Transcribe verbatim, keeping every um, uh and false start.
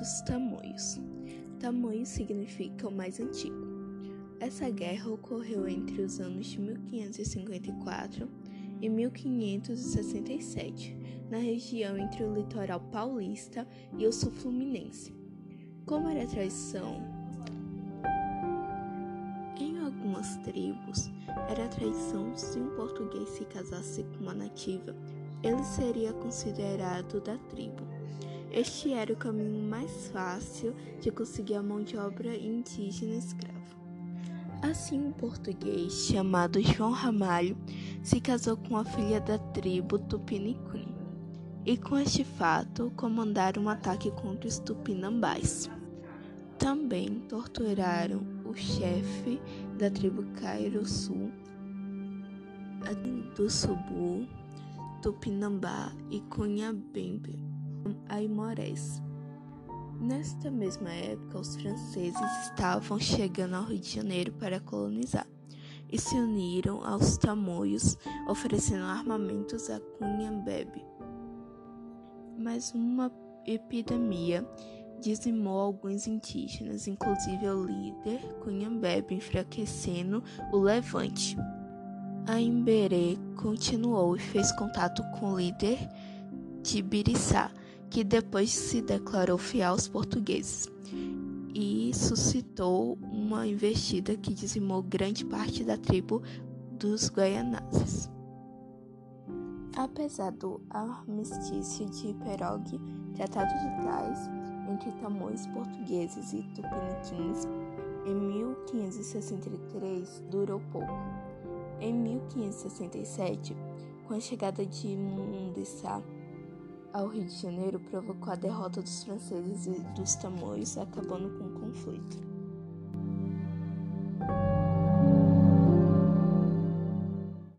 dos Tamoios. Tamoio significa o mais antigo. Essa guerra ocorreu entre os anos de mil quinhentos e cinquenta e quatro e mil quinhentos e sessenta e sete, na região entre o litoral paulista e o sul fluminense. Como era tradição, em algumas tribos, era tradição se um português se casasse com uma nativa, ele seria considerado da tribo. Este era o caminho mais fácil de conseguir a mão de obra indígena escrava. Assim, um português chamado João Ramalho se casou com a filha da tribo Tupiniquim, e com este fato comandaram um ataque contra os Tupinambás. Também torturaram o chefe da tribo Cairoçu, do Subu, Tupinambá e Cunhabembe, Aimorés. Nesta mesma época, os franceses estavam chegando ao Rio de Janeiro para colonizar e se uniram aos Tamoios, oferecendo armamentos a Cunhabebe. Mas uma epidemia dizimou alguns indígenas, inclusive o líder Cunhabebe, enfraquecendo o levante. Aimberê continuou e fez contato com o líder Tibiriçá, que depois se declarou fiel aos portugueses, e suscitou uma investida que dizimou grande parte da tribo dos Guaianazes. Apesar do armistício de Iperogue, Tratado de Tais, entre Tamoios portugueses e tupiniquins, em mil quinhentos e sessenta e três, durou pouco. Em mil quinhentos e sessenta e sete, com a chegada de Mundiçá ao Rio de Janeiro, provocou a derrota dos franceses e dos Tamoios, acabando com o conflito.